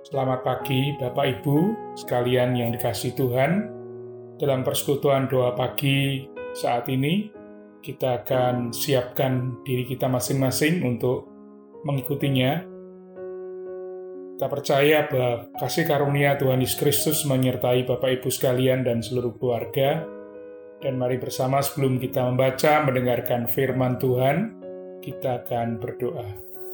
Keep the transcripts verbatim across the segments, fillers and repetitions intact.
Selamat pagi Bapak Ibu sekalian yang dikasihi Tuhan. Dalam persekutuan doa pagi saat ini, kita akan siapkan diri kita masing-masing untuk mengikutinya. Kita percaya bahwa kasih karunia Tuhan Yesus Kristus menyertai Bapak Ibu sekalian dan seluruh keluarga. Dan mari bersama sebelum kita membaca, mendengarkan firman Tuhan, kita akan berdoa.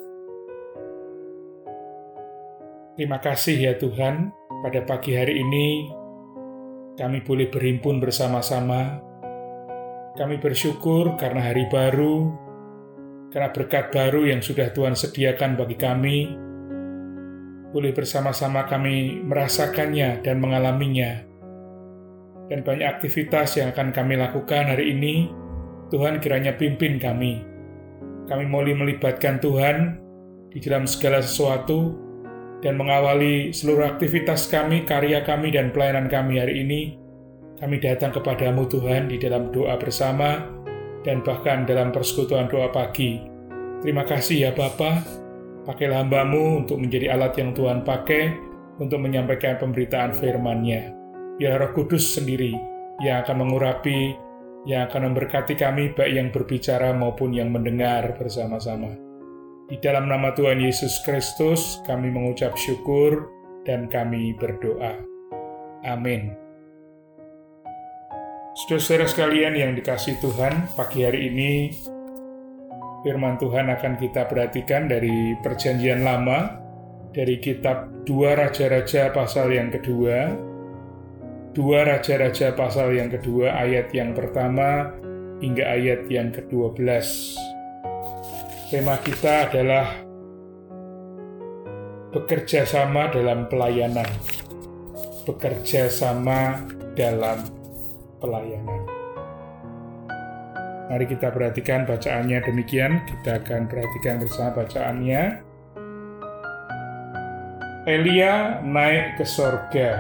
Terima kasih ya Tuhan, pada pagi hari ini kami boleh berhimpun bersama-sama. Kami bersyukur karena hari baru, karena berkat baru yang sudah Tuhan sediakan bagi kami. Boleh bersama-sama kami merasakannya dan mengalaminya. Dan banyak aktivitas yang akan kami lakukan hari ini, Tuhan kiranya pimpin kami. Kami mulai melibatkan Tuhan di dalam segala sesuatu, dan mengawali seluruh aktivitas kami, karya kami, dan pelayanan kami hari ini. Kami datang kepadamu Tuhan di dalam doa bersama, dan bahkan dalam persekutuan doa pagi. Terima kasih ya Bapa, pakailah hamba-Mu untuk menjadi alat yang Tuhan pakai untuk menyampaikan pemberitaan firman-Nya. Biar Roh Kudus sendiri yang akan mengurapi, yang akan memberkati kami, baik yang berbicara maupun yang mendengar bersama-sama. Di dalam nama Tuhan Yesus Kristus, kami mengucap syukur dan kami berdoa. Amin. Saudara-saudara sekalian yang dikasihi Tuhan, pagi hari ini firman Tuhan akan kita perhatikan dari Perjanjian Lama, dari kitab dua Raja-Raja pasal yang kedua, dua Raja-Raja pasal yang kedua, ayat yang pertama hingga ayat yang kedua belas. Tema kita adalah bekerja sama dalam pelayanan. Bekerja sama dalam pelayanan. Mari kita perhatikan bacaannya demikian. Kita akan perhatikan bersama bacaannya. Elia naik ke sorga.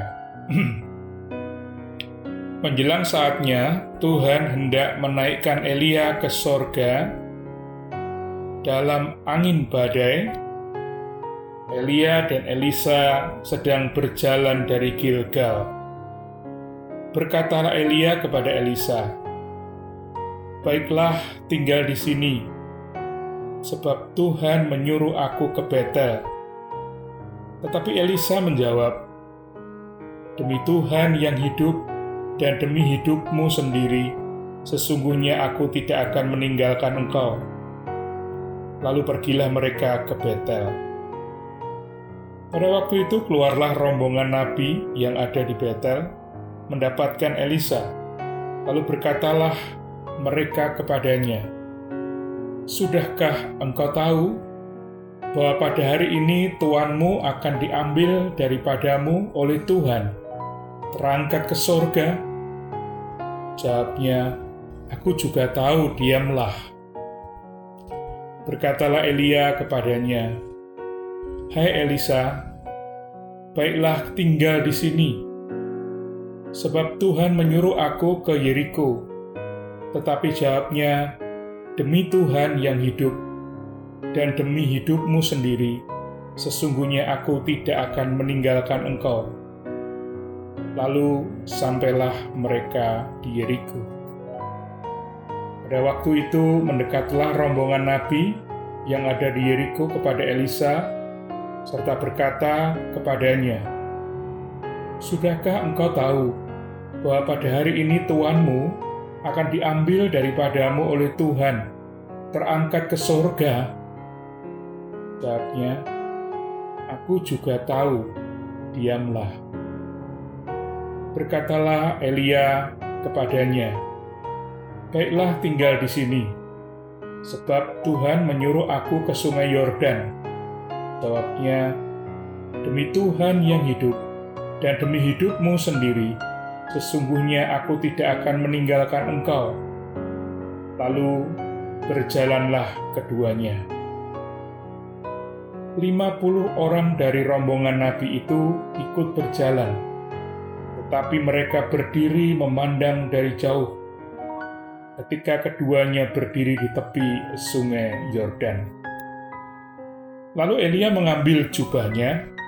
Menjelang saatnya, Tuhan hendak menaikkan Elia ke sorga. Dalam angin badai, Elia dan Elisa sedang berjalan dari Gilgal. Berkatalah Elia kepada Elisa, "Baiklah, tinggal di sini, sebab Tuhan menyuruh aku ke Betel." Tetapi Elisa menjawab, "Demi Tuhan yang hidup dan demi hidupmu sendiri, sesungguhnya aku tidak akan meninggalkan engkau." Lalu pergilah mereka ke Betel. Pada waktu itu keluarlah rombongan nabi yang ada di Betel, mendapatkan Elisa. Lalu berkatalah mereka kepadanya, "Sudahkah engkau tahu bahwa pada hari ini tuanmu akan diambil daripadamu oleh Tuhan, terangkat ke sorga?" Jawabnya, "Aku juga tahu, diamlah." Berkatalah Elia kepadanya, "Hai Elisa, baiklah tinggal di sini, sebab Tuhan menyuruh aku ke Yeriko." Tetapi jawabnya, "Demi Tuhan yang hidup, dan demi hidupmu sendiri, sesungguhnya aku tidak akan meninggalkan engkau." Lalu sampailah mereka di Yeriko. Pada waktu itu mendekatlah rombongan nabi yang ada di Yeriko kepada Elisa, serta berkata kepadanya, "Sudahkah engkau tahu bahwa pada hari ini tuanmu akan diambil daripadamu oleh Tuhan, terangkat ke sorga?" Jawabnya, "Aku juga tahu, diamlah." Berkatalah Elia kepadanya, "Baiklah tinggal di sini, sebab Tuhan menyuruh aku ke sungai Yordan." Jawabnya, "Demi Tuhan yang hidup, dan demi hidupmu sendiri, sesungguhnya aku tidak akan meninggalkan engkau." Lalu berjalanlah keduanya. Lima puluh orang dari rombongan nabi itu ikut berjalan, tetapi mereka berdiri memandang dari jauh ketika keduanya berdiri di tepi sungai Yordan. Lalu Elia mengambil jubahnya,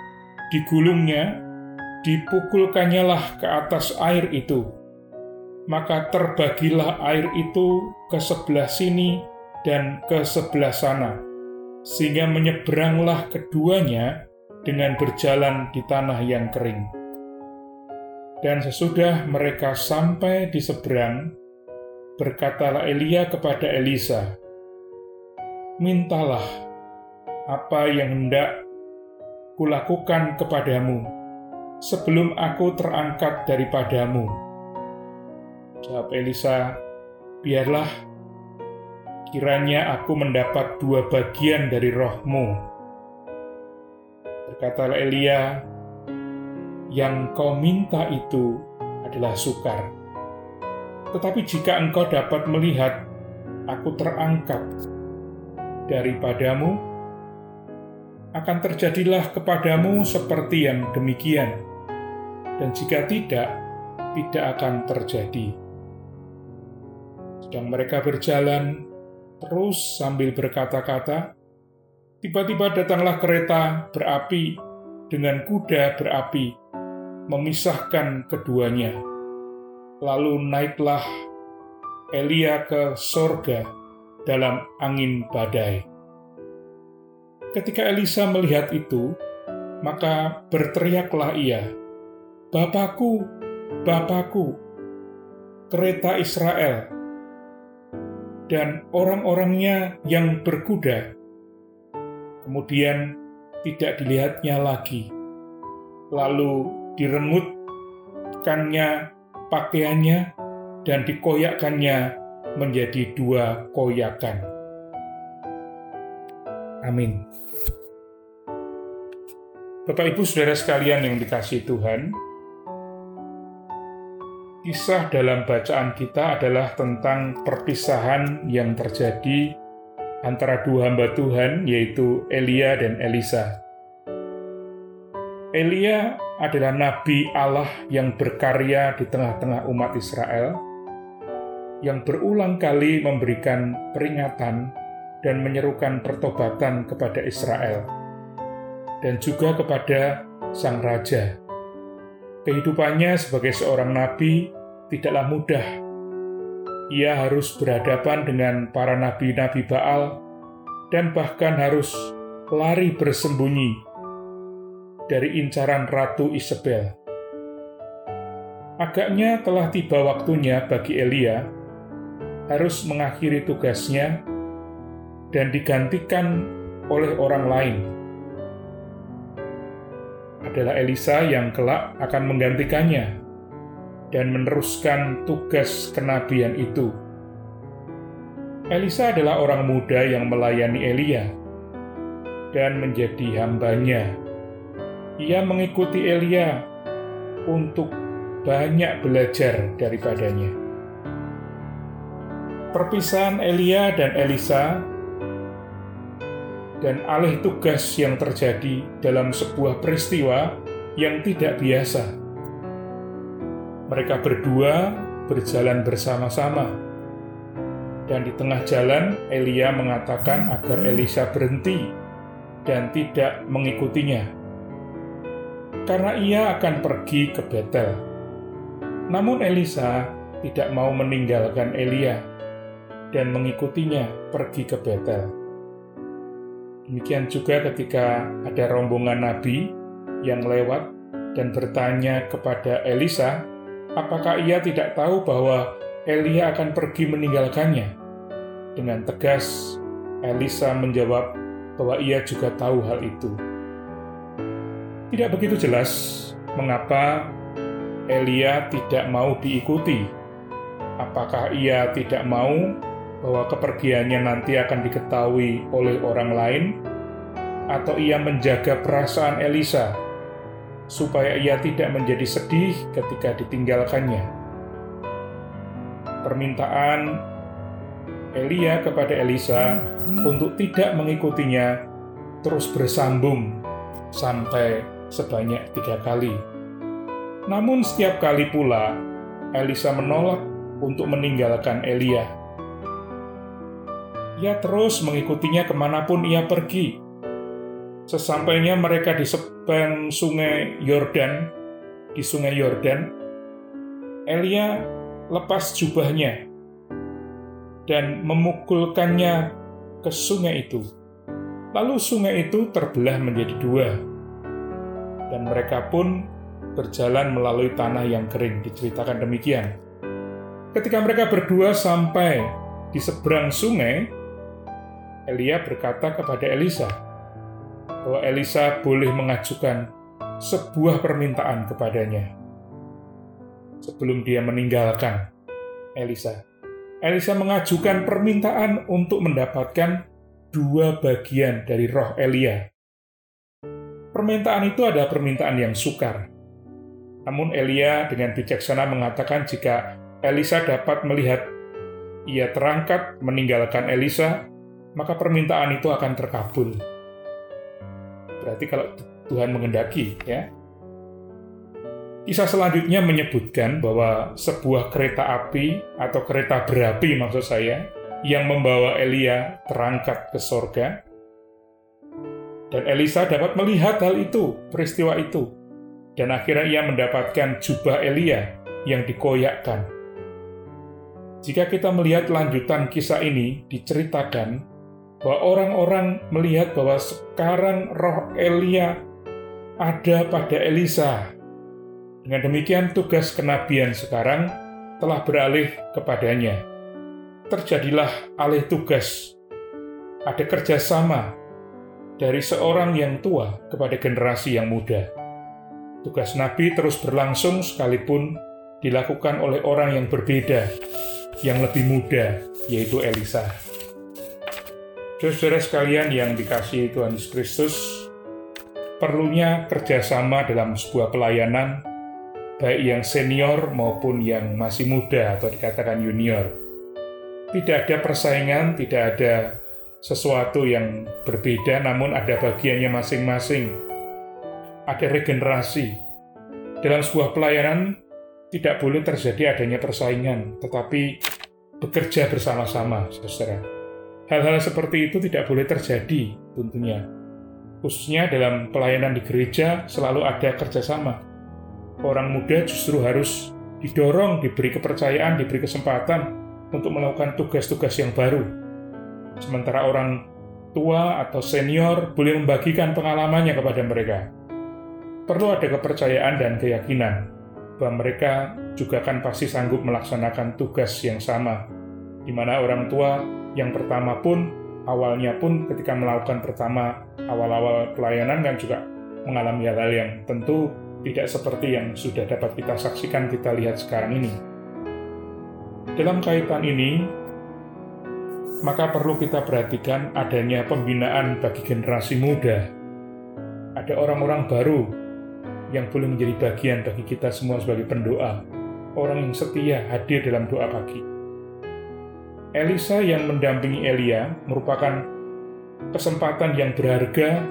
digulungnya, dipukulkannya lah ke atas air itu. Maka terbagilah air itu ke sebelah sini dan ke sebelah sana, sehingga menyeberanglah keduanya dengan berjalan di tanah yang kering. Dan sesudah mereka sampai di seberang, berkatalah Elia kepada Elisa, "Mintalah apa yang hendak kulakukan kepadamu sebelum aku terangkat daripadamu." Jawab Elisa, "Biarlah, kiranya aku mendapat dua bagian dari rohmu." Berkatalah Elia, "Yang kau minta itu adalah sukar. Tetapi jika engkau dapat melihat aku terangkat daripadamu, akan terjadilah kepadamu seperti yang demikian. Dan jika tidak, tidak akan terjadi." Sedang mereka berjalan terus sambil berkata-kata, tiba-tiba datanglah kereta berapi dengan kuda berapi, memisahkan keduanya. Lalu naiklah Elia ke sorga dalam angin badai. Ketika Elisa melihat itu, maka berteriaklah ia, "Bapakku, Bapakku, kereta Israel dan orang-orangnya yang berkuda." Kemudian tidak dilihatnya lagi. Lalu direngutkannya pakaiannya dan dikoyakkannya menjadi dua koyakan. Amin. Bapak Ibu Saudara sekalian yang dikasihi Tuhan, kisah dalam bacaan kita adalah tentang perpisahan yang terjadi antara dua hamba Tuhan, yaitu Elia dan Elisa. Elia adalah nabi Allah yang berkarya di tengah-tengah umat Israel, yang berulang kali memberikan peringatan dan menyerukan pertobatan kepada Israel, dan juga kepada sang raja. Kehidupannya sebagai seorang nabi tidaklah mudah. Ia harus berhadapan dengan para nabi-nabi Baal dan bahkan harus lari bersembunyi dari incaran Ratu Isabel. Agaknya telah tiba waktunya bagi Elia harus mengakhiri tugasnya dan digantikan oleh orang lain. Adalah Elisa yang kelak akan menggantikannya dan meneruskan tugas kenabian itu. Elisa adalah orang muda yang melayani Elia dan menjadi hambanya. Ia mengikuti Elia untuk banyak belajar daripadanya. Perpisahan Elia dan Elisa dan alih tugas yang terjadi dalam sebuah peristiwa yang tidak biasa. Mereka berdua berjalan bersama-sama, dan di tengah jalan Elia mengatakan agar Elisa berhenti dan tidak mengikutinya, karena ia akan pergi ke Betel. Namun Elisa tidak mau meninggalkan Elia dan mengikutinya pergi ke Betel. Demikian juga ketika ada rombongan nabi yang lewat dan bertanya kepada Elisa, apakah ia tidak tahu bahwa Elia akan pergi meninggalkannya? Dengan tegas, Elisa menjawab bahwa ia juga tahu hal itu. Tidak begitu jelas mengapa Elia tidak mau diikuti. Apakah ia tidak mau bahwa kepergiannya nanti akan diketahui oleh orang lain, atau ia menjaga perasaan Elisa supaya ia tidak menjadi sedih ketika ditinggalkannya? Permintaan Elia kepada Elisa untuk tidak mengikutinya terus bersambung sampai sebanyak tiga kali. Namun setiap kali pula Elisa menolak untuk meninggalkan Elia. Ia terus mengikutinya kemanapun ia pergi. Sesampainya mereka di seberang sungai Yordan, di sungai Yordan, Elia lepas jubahnya dan memukulkannya ke sungai itu. Lalu sungai itu terbelah menjadi dua, dan mereka pun berjalan melalui tanah yang kering. Diceritakan demikian. Ketika mereka berdua sampai di seberang sungai, Elia berkata kepada Elisa bahwa Elisa boleh mengajukan sebuah permintaan kepadanya sebelum dia meninggalkan Elisa. Elisa mengajukan permintaan untuk mendapatkan dua bagian dari roh Elia. Permintaan itu adalah permintaan yang sukar. Namun Elia dengan bijaksana mengatakan jika Elisa dapat melihat ia terangkat meninggalkan Elisa, maka permintaan itu akan terkabul. Berarti kalau Tuhan mengendaki, ya. Kisah selanjutnya menyebutkan bahwa sebuah kereta api atau kereta berapi maksud saya, yang membawa Elia terangkat ke sorga. Dan Elisa dapat melihat hal itu, peristiwa itu. Dan akhirnya ia mendapatkan jubah Elia yang dikoyakkan. Jika kita melihat lanjutan kisah ini, diceritakan bahwa orang-orang melihat bahwa sekarang roh Elia ada pada Elisa. Dengan demikian tugas kenabian sekarang telah beralih kepadanya. Terjadilah alih tugas. Ada kerjasama dari seorang yang tua kepada generasi yang muda. Tugas Nabi terus berlangsung sekalipun dilakukan oleh orang yang berbeda, yang lebih muda, yaitu Elisa. Saudara sekalian yang dikasihi Tuhan Yesus Kristus, perlunya kerjasama dalam sebuah pelayanan, baik yang senior maupun yang masih muda atau dikatakan junior. Tidak ada persaingan, tidak ada sesuatu yang berbeda, namun ada bagiannya masing-masing. Ada regenerasi. Dalam sebuah pelayanan, tidak boleh terjadi adanya persaingan, tetapi bekerja bersama-sama, saudara. Hal-hal seperti itu tidak boleh terjadi, tentunya. Khususnya dalam pelayanan di gereja, selalu ada kerjasama. Orang muda justru harus didorong, diberi kepercayaan, diberi kesempatan untuk melakukan tugas-tugas yang baru. Sementara orang tua atau senior boleh membagikan pengalamannya kepada mereka. Perlu ada kepercayaan dan keyakinan bahwa mereka juga akan pasti sanggup melaksanakan tugas yang sama, di mana orang tua yang pertama pun, awalnya pun ketika melakukan pertama awal-awal pelayanan kan juga mengalami hal-hal yang tentu tidak seperti yang sudah dapat kita saksikan, kita lihat sekarang ini. Dalam kaitan ini, maka perlu kita perhatikan adanya pembinaan bagi generasi muda. Ada orang-orang baru yang boleh menjadi bagian bagi kita semua sebagai pendoa, orang yang setia hadir dalam doa pagi. Elisa yang mendampingi Elia merupakan kesempatan yang berharga,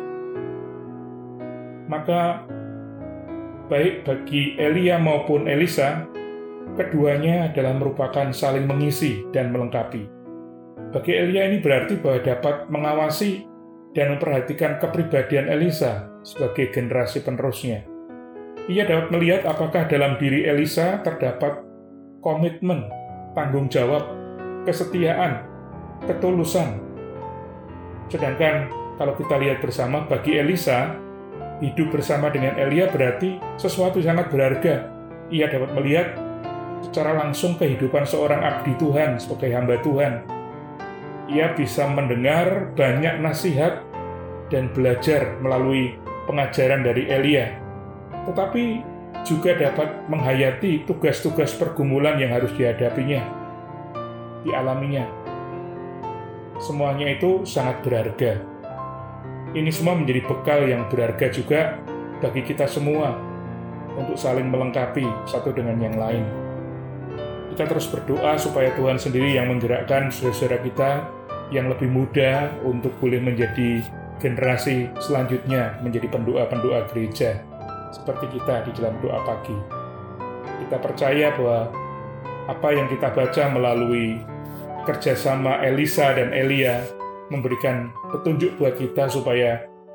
maka baik bagi Elia maupun Elisa, keduanya adalah merupakan saling mengisi dan melengkapi. Bagi Elia ini berarti bahwa dapat mengawasi dan memperhatikan kepribadian Elisa sebagai generasi penerusnya. Ia dapat melihat apakah dalam diri Elisa terdapat komitmen, tanggung jawab, kesetiaan, ketulusan. Sedangkan kalau kita lihat bersama, bagi Elisa, hidup bersama dengan Elia berarti sesuatu sangat berharga. Ia dapat melihat secara langsung kehidupan seorang abdi Tuhan sebagai hamba Tuhan. Ia bisa mendengar banyak nasihat dan belajar melalui pengajaran dari Elia, tetapi juga dapat menghayati tugas-tugas pergumulan yang harus dihadapinya, dialaminya. Semuanya itu sangat berharga. Ini semua menjadi bekal yang berharga juga bagi kita semua untuk saling melengkapi satu dengan yang lain. Kita terus berdoa supaya Tuhan sendiri yang menggerakkan saudara-saudara kita yang lebih muda untuk boleh menjadi generasi selanjutnya, menjadi pendoa-pendoa gereja seperti kita di dalam doa pagi. Kita percaya bahwa apa yang kita baca melalui kerjasama Elisa dan Elia memberikan petunjuk buat kita supaya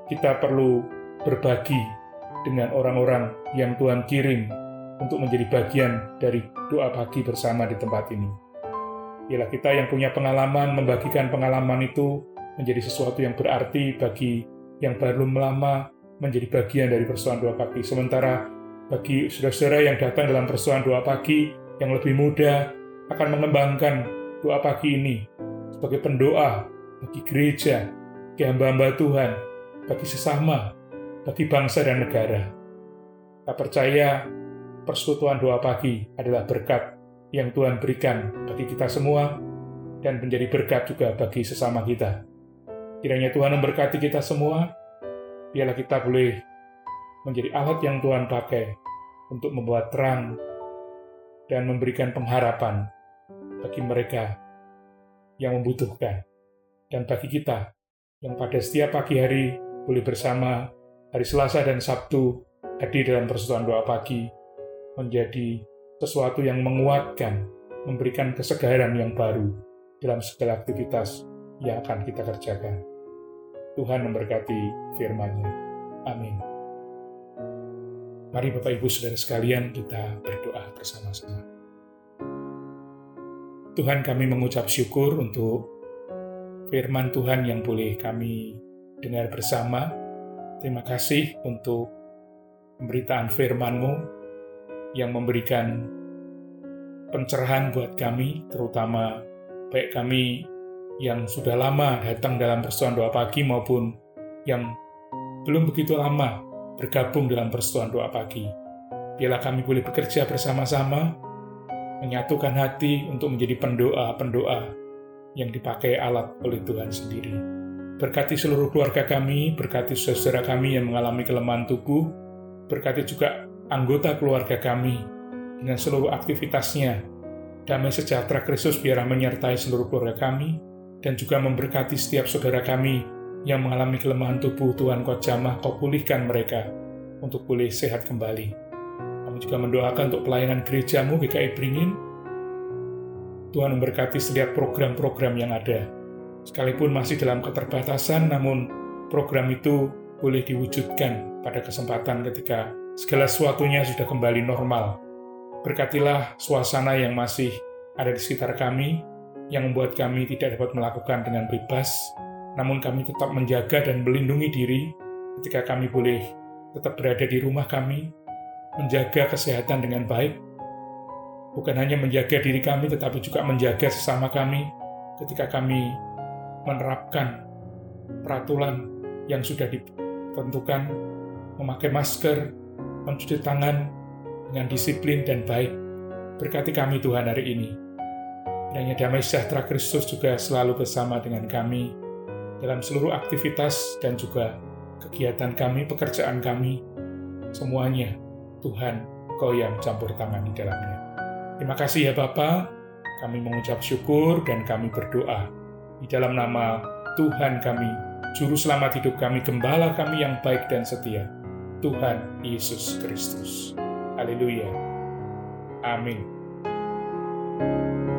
kita perlu berbagi dengan orang-orang yang Tuhan kirim untuk menjadi bagian dari doa pagi bersama di tempat ini. Biarlah kita yang punya pengalaman membagikan pengalaman itu menjadi sesuatu yang berarti bagi yang baru lama menjadi bagian dari persoalan doa pagi. Sementara bagi saudara-saudara yang datang dalam persoalan doa pagi yang lebih muda akan mengembangkan doa pagi ini sebagai pendoa bagi gereja, bagi hamba-hamba Tuhan, bagi sesama, bagi bangsa dan negara. Kita percaya persekutuan doa pagi adalah berkat yang Tuhan berikan bagi kita semua dan menjadi berkat juga bagi sesama kita. Kiranya Tuhan memberkati kita semua, biarlah kita boleh menjadi alat yang Tuhan pakai untuk membuat terang dan memberikan pengharapan bagi mereka yang membutuhkan. Dan bagi kita yang pada setiap pagi hari boleh bersama hari Selasa dan Sabtu hadir dalam persekutuan doa pagi menjadi sesuatu yang menguatkan, memberikan kesegaran yang baru dalam segala aktivitas yang akan kita kerjakan. Tuhan memberkati firman-Nya. Amin. Mari Bapak Ibu Saudara sekalian kita berdoa bersama-sama. Tuhan, kami mengucap syukur untuk firman Tuhan yang boleh kami dengar bersama. Terima kasih untuk pemberitaan firman-Mu yang memberikan pencerahan buat kami, terutama baik kami yang sudah lama datang dalam persekutuan doa pagi maupun yang belum begitu lama bergabung dalam persekutuan doa pagi. Biarlah kami boleh bekerja bersama-sama, menyatukan hati untuk menjadi pendoa-pendoa yang dipakai alat oleh Tuhan sendiri. Berkati seluruh keluarga kami, berkati saudara kami yang mengalami kelemahan tubuh, berkati juga anggota keluarga kami dengan seluruh aktivitasnya. Damai sejahtera Kristus biarlah menyertai seluruh keluarga kami, dan juga memberkati setiap saudara kami yang mengalami kelemahan tubuh. Tuhan, Kau jamah, Kau pulihkan mereka untuk boleh sehat kembali. Kami juga mendoakan untuk pelayanan gereja-Mu G K I Beringin. Tuhan memberkati setiap program-program yang ada. Sekalipun masih dalam keterbatasan, namun program itu boleh diwujudkan pada kesempatan ketika segala sesuatunya sudah kembali normal. Berkatilah suasana yang masih ada di sekitar kami, yang membuat kami tidak dapat melakukan dengan bebas, namun kami tetap menjaga dan melindungi diri ketika kami boleh tetap berada di rumah kami, menjaga kesehatan dengan baik, bukan hanya menjaga diri kami, tetapi juga menjaga sesama kami ketika kami menerapkan peraturan yang sudah ditentukan, memakai masker, mencuci tangan dengan disiplin dan baik. Berkati kami Tuhan hari ini. Kiranya damai sejahtera Kristus juga selalu bersama dengan kami dalam seluruh aktivitas dan juga kegiatan kami, pekerjaan kami. Semuanya, Tuhan, Kau yang campur tangan di dalamnya. Terima kasih ya Bapa, kami mengucap syukur dan kami berdoa. Di dalam nama Tuhan kami, Juru Selamat hidup kami, Gembala kami yang baik dan setia, Tuhan Yesus Kristus. Haleluya. Amin.